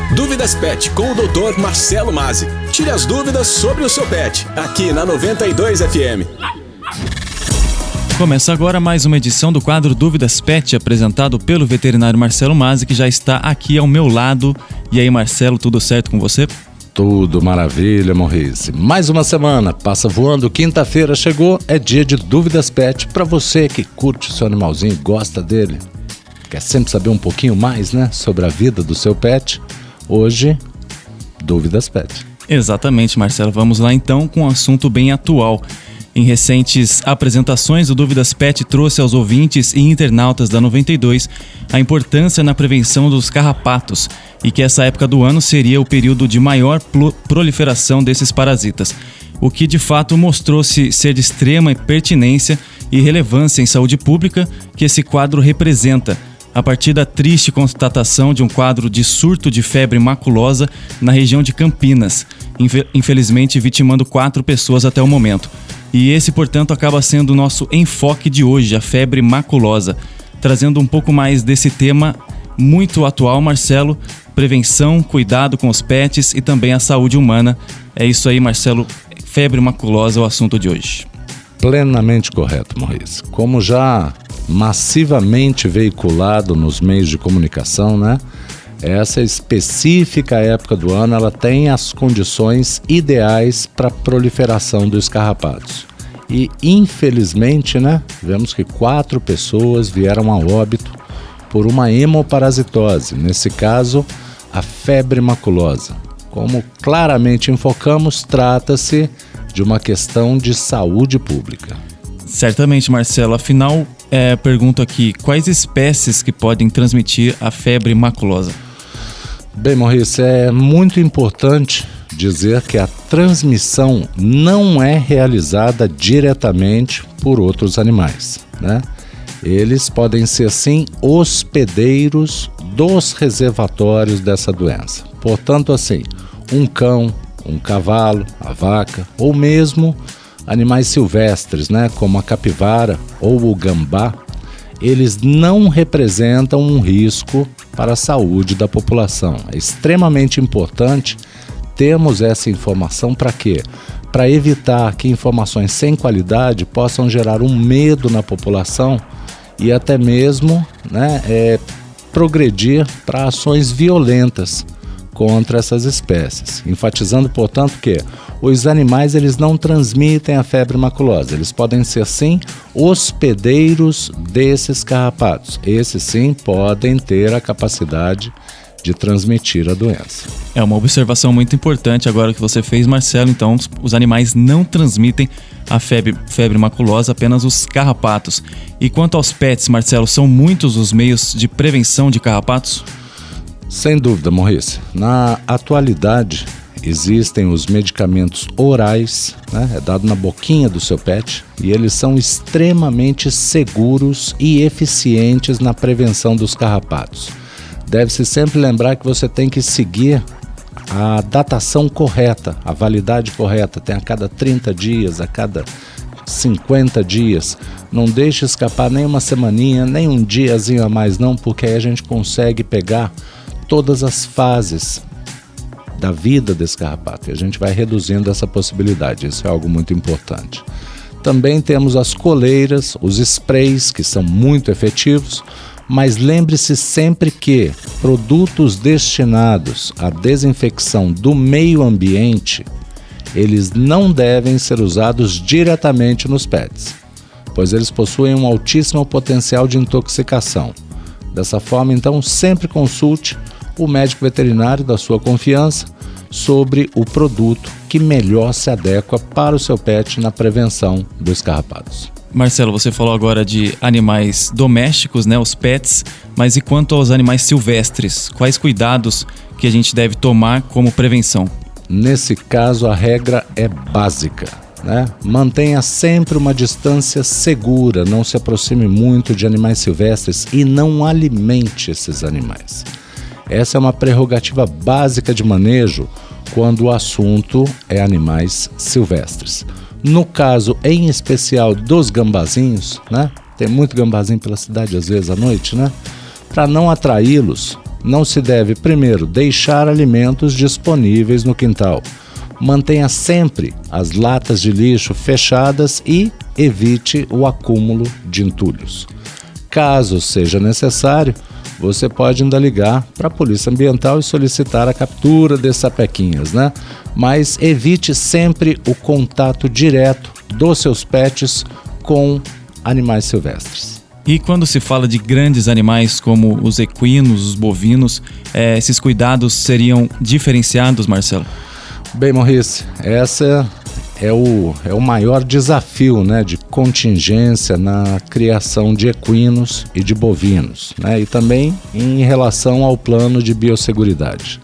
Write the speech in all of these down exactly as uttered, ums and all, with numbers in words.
Dúvidas Pet com o doutor Marcelo Mazzi. Tire as dúvidas sobre o seu pet, aqui na noventa e dois F M. Começa agora mais uma edição do quadro Dúvidas Pet, apresentado pelo veterinário Marcelo Mazzi, que já está aqui ao meu lado. E aí, Marcelo, tudo certo com você? Tudo maravilha, Maurice. Mais uma semana, passa voando, quinta-feira chegou, é dia de Dúvidas Pet. Para você que curte o seu animalzinho e gosta dele, quer sempre saber um pouquinho mais, né, sobre a vida do seu pet, hoje, Dúvidas Pet. Exatamente, Marcelo. Vamos lá então com um assunto bem atual. Em recentes apresentações, o Dúvidas Pet trouxe aos ouvintes e internautas da noventa e dois a importância na prevenção dos carrapatos e que essa época do ano seria o período de maior proliferação desses parasitas, o que de fato mostrou-se ser de extrema pertinência e relevância em saúde pública que esse quadro representa, a partir da triste constatação de um quadro de surto de febre maculosa na região de Campinas, infelizmente vitimando quatro pessoas até o momento. E esse, portanto, acaba sendo o nosso enfoque de hoje, a febre maculosa, trazendo um pouco mais desse tema muito atual, Marcelo, prevenção, cuidado com os pets e também a saúde humana. É isso aí, Marcelo, febre maculosa é o assunto de hoje. Plenamente correto, Maurice. Como já massivamente veiculado nos meios de comunicação, né? Essa específica época do ano, ela tem as condições ideais para a proliferação dos carrapatos. E, infelizmente, né, vemos que quatro pessoas vieram a óbito por uma hemoparasitose, nesse caso, a febre maculosa. Como claramente enfocamos, trata-se de uma questão de saúde pública. Certamente, Marcelo. Afinal, é, pergunto aqui, quais espécies que podem transmitir a febre maculosa? Bem, Maurice, é muito importante dizer que a transmissão não é realizada diretamente por outros animais, né? Eles podem ser, sim, hospedeiros dos reservatórios dessa doença. Portanto, assim, um cão, um cavalo, a vaca, ou mesmo animais silvestres, né, como a capivara ou o gambá, eles não representam um risco para a saúde da população. É extremamente importante termos essa informação para quê? Para evitar que informações sem qualidade possam gerar um medo na população e até mesmo, né, é, progredir para ações violentas contra essas espécies, enfatizando, portanto, que os animais eles não transmitem a febre maculosa, eles podem ser, sim, hospedeiros desses carrapatos. Esses, sim, podem ter a capacidade de transmitir a doença. É uma observação muito importante agora que você fez, Marcelo. Então, os animais não transmitem a febre, febre maculosa, apenas os carrapatos. E quanto aos pets, Marcelo, são muitos os meios de prevenção de carrapatos? Sem dúvida, Maurice. Na atualidade, existem os medicamentos orais, né? É dado na boquinha do seu pet, e eles são extremamente seguros e eficientes na prevenção dos carrapatos. Deve-se sempre lembrar que você tem que seguir a datação correta, a validade correta. Tem a cada trinta dias, a cada cinquenta dias. Não deixe escapar nem uma semaninha, nem um diazinho a mais não, porque aí a gente consegue pegar todas as fases da vida desse carrapato e a gente vai reduzindo essa possibilidade. Isso é algo muito importante. Também temos as coleiras, os sprays, que são muito efetivos, mas lembre-se sempre que produtos destinados à desinfecção do meio ambiente, eles não devem ser usados diretamente nos pets, pois eles possuem um altíssimo potencial de intoxicação. Dessa forma, então, sempre consulte o médico veterinário da sua confiança sobre o produto que melhor se adequa para o seu pet na prevenção dos carrapatos. Marcelo, você falou agora de animais domésticos, né, os pets, mas e quanto aos animais silvestres? Quais cuidados que a gente deve tomar como prevenção? Nesse caso, a regra é básica, né? Mantenha sempre uma distância segura, não se aproxime muito de animais silvestres e não alimente esses animais. Essa é uma prerrogativa básica de manejo quando o assunto é animais silvestres. No caso, em especial dos gambazinhos, né? Tem muito gambazinho pela cidade às vezes à noite, né? Para não atraí-los, não se deve, primeiro, deixar alimentos disponíveis no quintal. Mantenha sempre as latas de lixo fechadas e evite o acúmulo de entulhos. Caso seja necessário, você pode ainda ligar para a Polícia Ambiental e solicitar a captura desses sapequinhas, né? Mas evite sempre o contato direto dos seus pets com animais silvestres. E quando se fala de grandes animais como os equinos, os bovinos, é, esses cuidados seriam diferenciados, Marcelo? Bem, Maurice, essa é o, é o maior desafio, né, de contingência na criação de equinos e de bovinos, né, e também em relação ao plano de biosseguridade.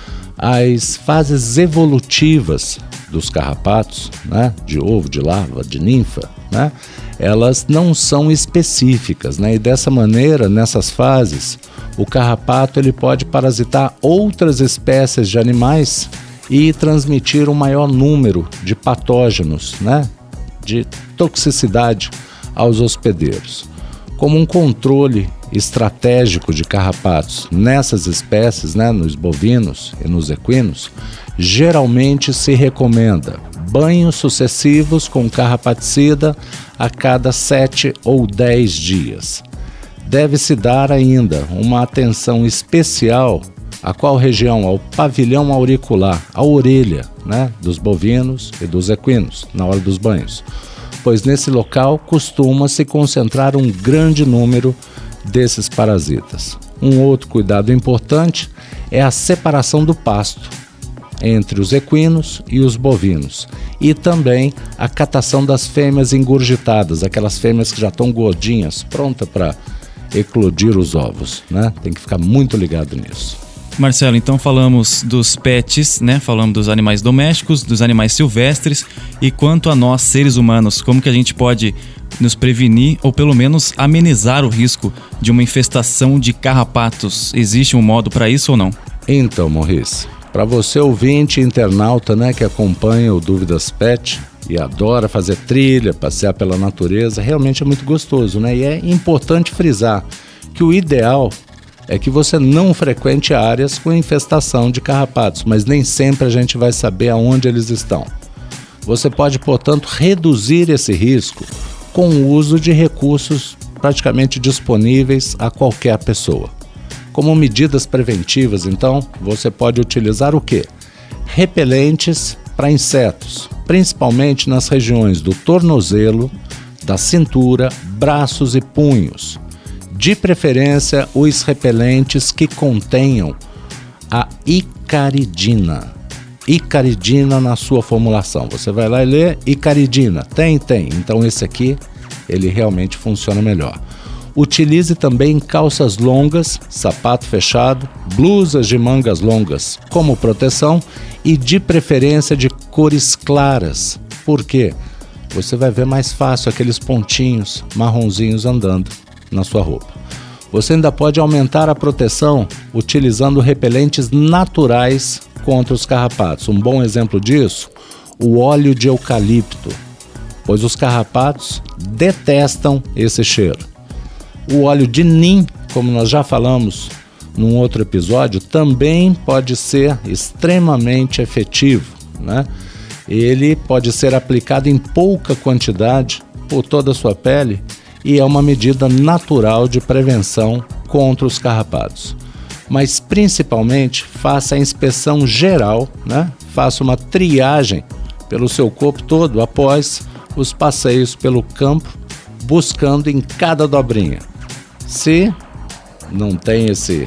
As fases evolutivas dos carrapatos, né, de ovo, de larva, de ninfa, né, elas não são específicas, né, e dessa maneira, nessas fases, o carrapato ele pode parasitar outras espécies de animais e transmitir um maior número de patógenos, né, de toxicidade aos hospedeiros. Como um controle estratégico de carrapatos nessas espécies, né, nos bovinos e nos equinos, geralmente se recomenda banhos sucessivos com carrapaticida a cada sete ou dez dias. Deve-se dar ainda uma atenção especial a qual região? Ao pavilhão auricular, a orelha, né, dos bovinos e dos equinos, na hora dos banhos, pois nesse local costuma se concentrar um grande número desses parasitas. Um outro cuidado importante é a separação do pasto entre os equinos e os bovinos, e também a catação das fêmeas engurgitadas, aquelas fêmeas que já estão gordinhas, prontas para eclodir os ovos, né? Tem que ficar muito ligado nisso. Marcelo, então falamos dos pets, né? Falamos dos animais domésticos, dos animais silvestres, e quanto a nós, seres humanos, como que a gente pode nos prevenir ou pelo menos amenizar o risco de uma infestação de carrapatos? Existe um modo para isso ou não? Então, Maurice, para você ouvinte internauta, né, que acompanha o Dúvidas Pet e adora fazer trilha, passear pela natureza, realmente é muito gostoso, né? E é importante frisar que o ideal é que você não frequente áreas com infestação de carrapatos, mas nem sempre a gente vai saber aonde eles estão. Você pode, portanto, reduzir esse risco com o uso de recursos praticamente disponíveis a qualquer pessoa. Como medidas preventivas, então, você pode utilizar o quê? Repelentes para insetos, principalmente nas regiões do tornozelo, da cintura, braços e punhos. De preferência, os repelentes que contenham a icaridina. Icaridina na sua formulação. Você vai lá e lê icaridina. Tem? Tem. Então esse aqui, ele realmente funciona melhor. Utilize também calças longas, sapato fechado, blusas de mangas longas como proteção e de preferência de cores claras. Por quê? Você vai ver mais fácil aqueles pontinhos marronzinhos andando na sua roupa. Você ainda pode aumentar a proteção utilizando repelentes naturais contra os carrapatos. Um bom exemplo disso, o óleo de eucalipto, pois os carrapatos detestam esse cheiro. O óleo de nim, como nós já falamos num outro episódio, também pode ser extremamente efetivo, né? Ele pode ser aplicado em pouca quantidade por toda a sua pele e é uma medida natural de prevenção contra os carrapatos. Mas principalmente faça a inspeção geral, né? Faça uma triagem pelo seu corpo todo após os passeios pelo campo, buscando em cada dobrinha. Se não tem esse,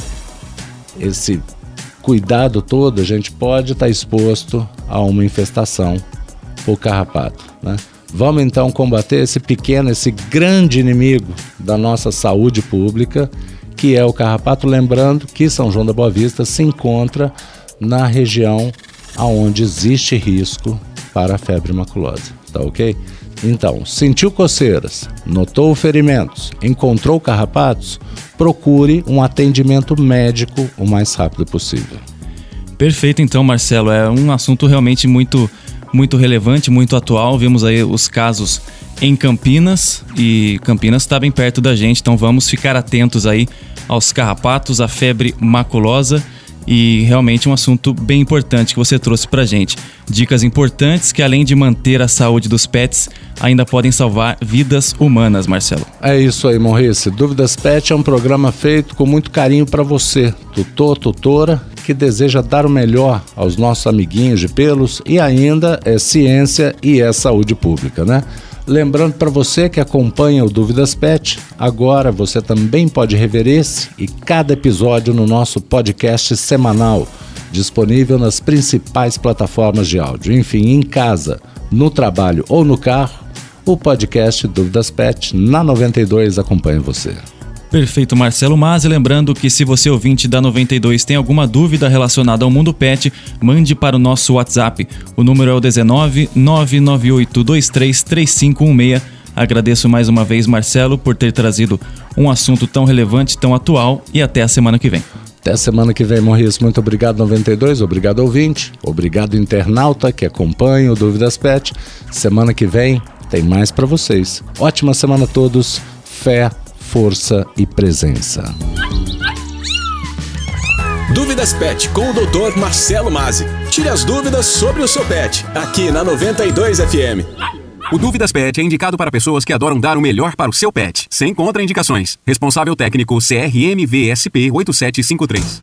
esse cuidado todo, a gente pode estar exposto a uma infestação por carrapato, né? Vamos então combater esse pequeno, esse grande inimigo da nossa saúde pública, que é o carrapato. Lembrando que São João da Boa Vista se encontra na região onde existe risco para a febre maculosa, tá ok? Então, sentiu coceiras, notou ferimentos, encontrou carrapatos, procure um atendimento médico o mais rápido possível. Perfeito, então, Marcelo. É um assunto realmente muito, muito relevante, muito atual. Vimos aí os casos em Campinas e Campinas está bem perto da gente, então vamos ficar atentos aí aos carrapatos, à febre maculosa. E realmente um assunto bem importante que você trouxe pra gente. Dicas importantes que, além de manter a saúde dos pets, ainda podem salvar vidas humanas, Marcelo. É isso aí, Morrice. Dúvidas Pet é um programa feito com muito carinho para você, tutor, tutora, que deseja dar o melhor aos nossos amiguinhos de pelos, e ainda é ciência e é saúde pública, né? Lembrando para você que acompanha o Dúvidas Pet, agora você também pode rever esse e cada episódio no nosso podcast semanal, disponível nas principais plataformas de áudio. Enfim, em casa, no trabalho ou no carro, o podcast Dúvidas Pet na noventa e dois acompanha você. Perfeito, Marcelo Mazzi. Lembrando que se você ouvinte da noventa e dois tem alguma dúvida relacionada ao mundo pet, mande para o nosso WhatsApp. O número é o dezenove, nove nove oito dois três, três cinco um seis. Agradeço mais uma vez, Marcelo, por ter trazido um assunto tão relevante, tão atual, e até a semana que vem. Até a semana que vem, Morrice. Muito obrigado, noventa e dois. Obrigado, ouvinte. Obrigado, internauta que acompanha o Dúvidas Pet. Semana que vem tem mais para vocês. Ótima semana a todos. Fé, força e presença. Dúvidas Pet com o doutor Marcelo Mazzi. Tire as dúvidas sobre o seu pet, aqui na noventa e dois F M. O Dúvidas Pet é indicado para pessoas que adoram dar o melhor para o seu pet, sem contraindicações. Responsável técnico C R M V S P oito sete cinco três.